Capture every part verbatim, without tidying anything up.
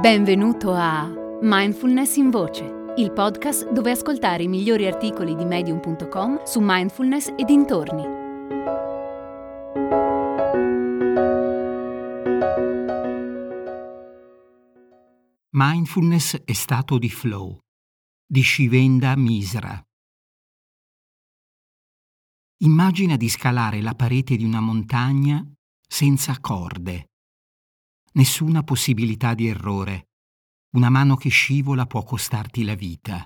Benvenuto a Mindfulness in Voce, il podcast dove ascoltare i migliori articoli di medium punto com su mindfulness e dintorni. Mindfulness è stato di flow, di Shivendra Misra. Immagina di scalare la parete di una montagna senza corde. Nessuna possibilità di errore. Una mano che scivola può costarti la vita.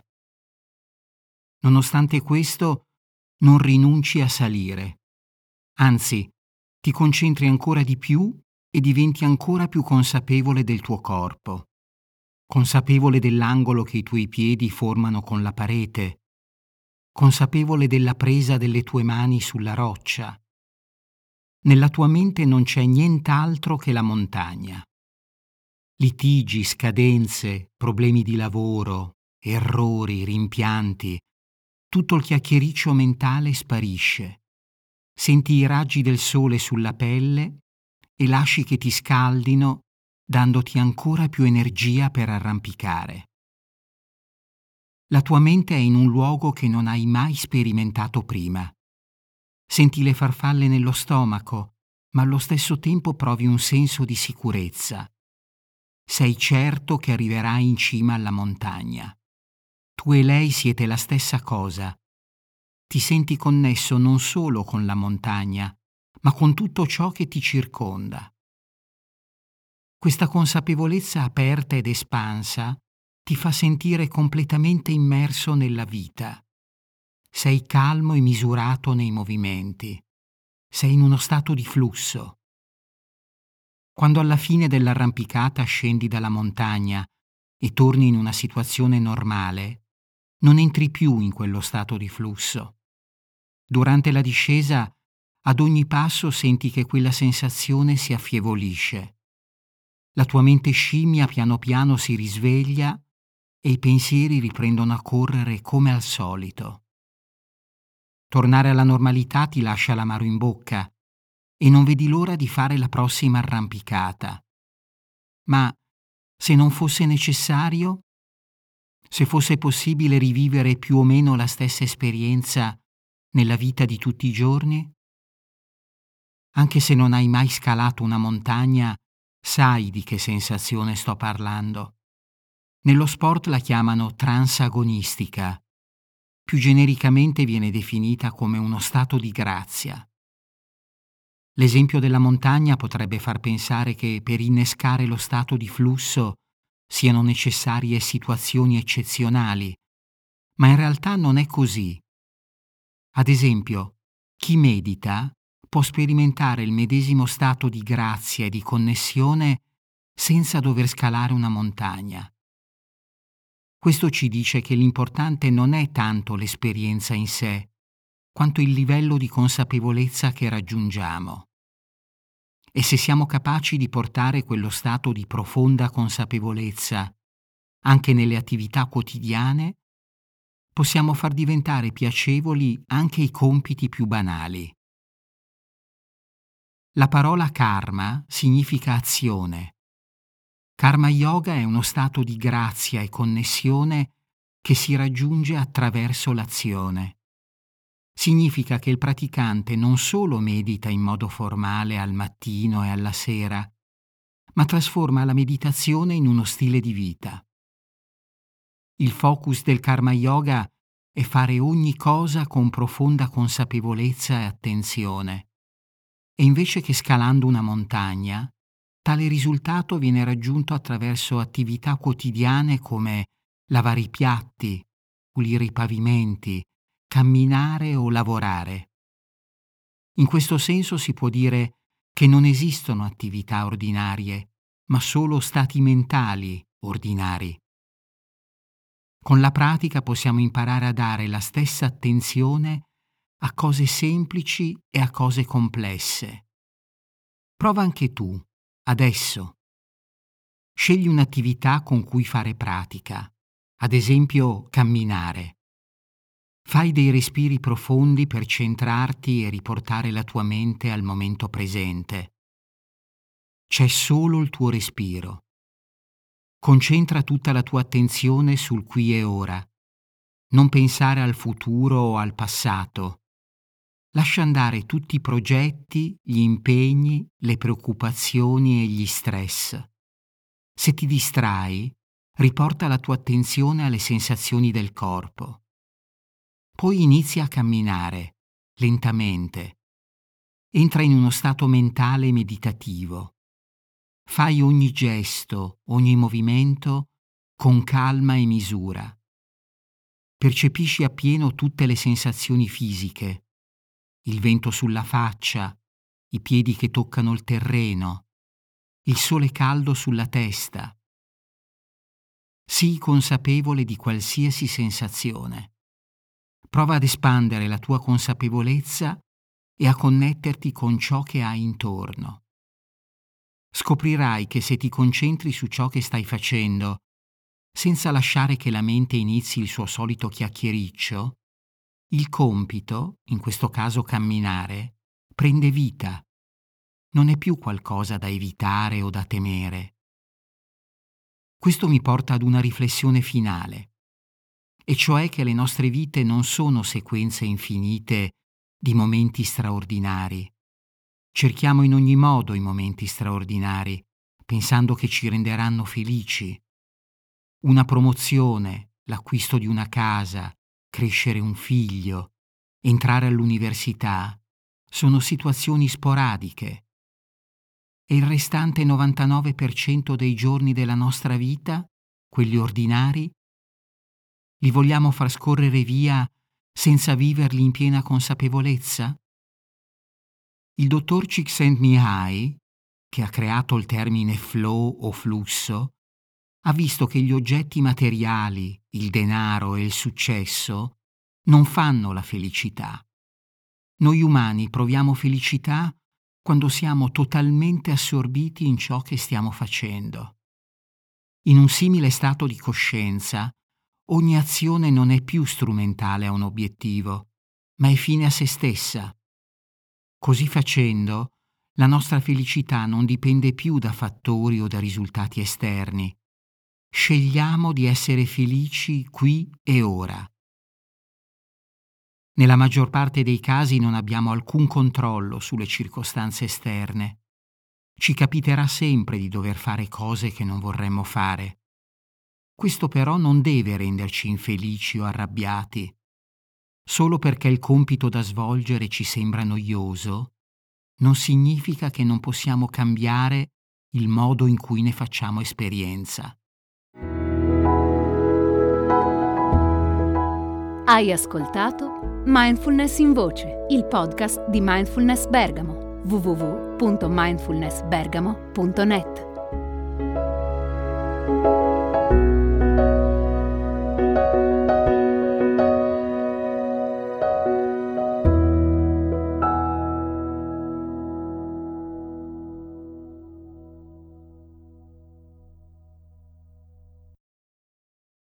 Nonostante questo, non rinunci a salire. Anzi, ti concentri ancora di più e diventi ancora più consapevole del tuo corpo. Consapevole dell'angolo che i tuoi piedi formano con la parete. Consapevole della presa delle tue mani sulla roccia. Nella tua mente non c'è nient'altro che la montagna. Litigi, scadenze, problemi di lavoro, errori, rimpianti, tutto il chiacchiericcio mentale sparisce. Senti i raggi del sole sulla pelle e lasci che ti scaldino, dandoti ancora più energia per arrampicare. La tua mente è in un luogo che non hai mai sperimentato prima. Senti le farfalle nello stomaco, ma allo stesso tempo provi un senso di sicurezza. Sei certo che arriverai in cima alla montagna. Tu e lei siete la stessa cosa. Ti senti connesso non solo con la montagna, ma con tutto ciò che ti circonda. Questa consapevolezza aperta ed espansa ti fa sentire completamente immerso nella vita. Sei calmo e misurato nei movimenti. Sei in uno stato di flusso. Quando alla fine dell'arrampicata scendi dalla montagna e torni in una situazione normale, non entri più in quello stato di flusso. Durante la discesa, ad ogni passo senti che quella sensazione si affievolisce. La tua mente scimmia piano piano si risveglia e i pensieri riprendono a correre come al solito. Tornare alla normalità ti lascia l'amaro in bocca e non vedi l'ora di fare la prossima arrampicata. Ma se non fosse necessario, se fosse possibile rivivere più o meno la stessa esperienza nella vita di tutti i giorni? Anche se non hai mai scalato una montagna, sai di che sensazione sto parlando. Nello sport la chiamano transagonistica. Più genericamente viene definita come uno stato di grazia. L'esempio della montagna potrebbe far pensare che per innescare lo stato di flusso siano necessarie situazioni eccezionali, ma in realtà non è così. Ad esempio, chi medita può sperimentare il medesimo stato di grazia e di connessione senza dover scalare una montagna. Questo ci dice che l'importante non è tanto l'esperienza in sé, quanto il livello di consapevolezza che raggiungiamo. E se siamo capaci di portare quello stato di profonda consapevolezza anche nelle attività quotidiane, possiamo far diventare piacevoli anche i compiti più banali. La parola karma significa azione. Karma yoga è uno stato di grazia e connessione che si raggiunge attraverso l'azione. Significa che il praticante non solo medita in modo formale al mattino e alla sera, ma trasforma la meditazione in uno stile di vita. Il focus del Karma Yoga è fare ogni cosa con profonda consapevolezza e attenzione. E invece che scalando una montagna, tale risultato viene raggiunto attraverso attività quotidiane come lavare i piatti, pulire i pavimenti, camminare o lavorare. In questo senso si può dire che non esistono attività ordinarie, ma solo stati mentali ordinari. Con la pratica possiamo imparare a dare la stessa attenzione a cose semplici e a cose complesse. Prova anche tu, adesso. Scegli un'attività con cui fare pratica, ad esempio camminare. Fai dei respiri profondi per centrarti e riportare la tua mente al momento presente. C'è solo il tuo respiro. Concentra tutta la tua attenzione sul qui e ora. Non pensare al futuro o al passato. Lascia andare tutti i progetti, gli impegni, le preoccupazioni e gli stress. Se ti distrai, riporta la tua attenzione alle sensazioni del corpo. Poi inizia a camminare, lentamente. Entra in uno stato mentale meditativo. Fai ogni gesto, ogni movimento con calma e misura. Percepisci appieno tutte le sensazioni fisiche, il vento sulla faccia, i piedi che toccano il terreno, il sole caldo sulla testa. Sii consapevole di qualsiasi sensazione. Prova ad espandere la tua consapevolezza e a connetterti con ciò che hai intorno. Scoprirai che se ti concentri su ciò che stai facendo, senza lasciare che la mente inizi il suo solito chiacchiericcio, il compito, in questo caso camminare, prende vita. Non è più qualcosa da evitare o da temere. Questo mi porta ad una riflessione finale, e cioè che le nostre vite non sono sequenze infinite di momenti straordinari. Cerchiamo in ogni modo i momenti straordinari, pensando che ci renderanno felici. Una promozione, l'acquisto di una casa, crescere un figlio, entrare all'università, sono situazioni sporadiche. E il restante novantanove per cento dei giorni della nostra vita, quelli ordinari, li vogliamo far scorrere via senza viverli in piena consapevolezza? Il dottor Csikszentmihalyi, che ha creato il termine flow o flusso, ha visto che gli oggetti materiali, il denaro e il successo non fanno la felicità. Noi umani proviamo felicità quando siamo totalmente assorbiti in ciò che stiamo facendo. In un simile stato di coscienza, ogni azione non è più strumentale a un obiettivo, ma è fine a se stessa. Così facendo, la nostra felicità non dipende più da fattori o da risultati esterni. Scegliamo di essere felici qui e ora. Nella maggior parte dei casi non abbiamo alcun controllo sulle circostanze esterne. Ci capiterà sempre di dover fare cose che non vorremmo fare. Questo però non deve renderci infelici o arrabbiati. Solo perché il compito da svolgere ci sembra noioso, non significa che non possiamo cambiare il modo in cui ne facciamo esperienza. Hai ascoltato Mindfulness in Voce, il podcast di Mindfulness Bergamo, w w w punto mindfulness bergamo punto net.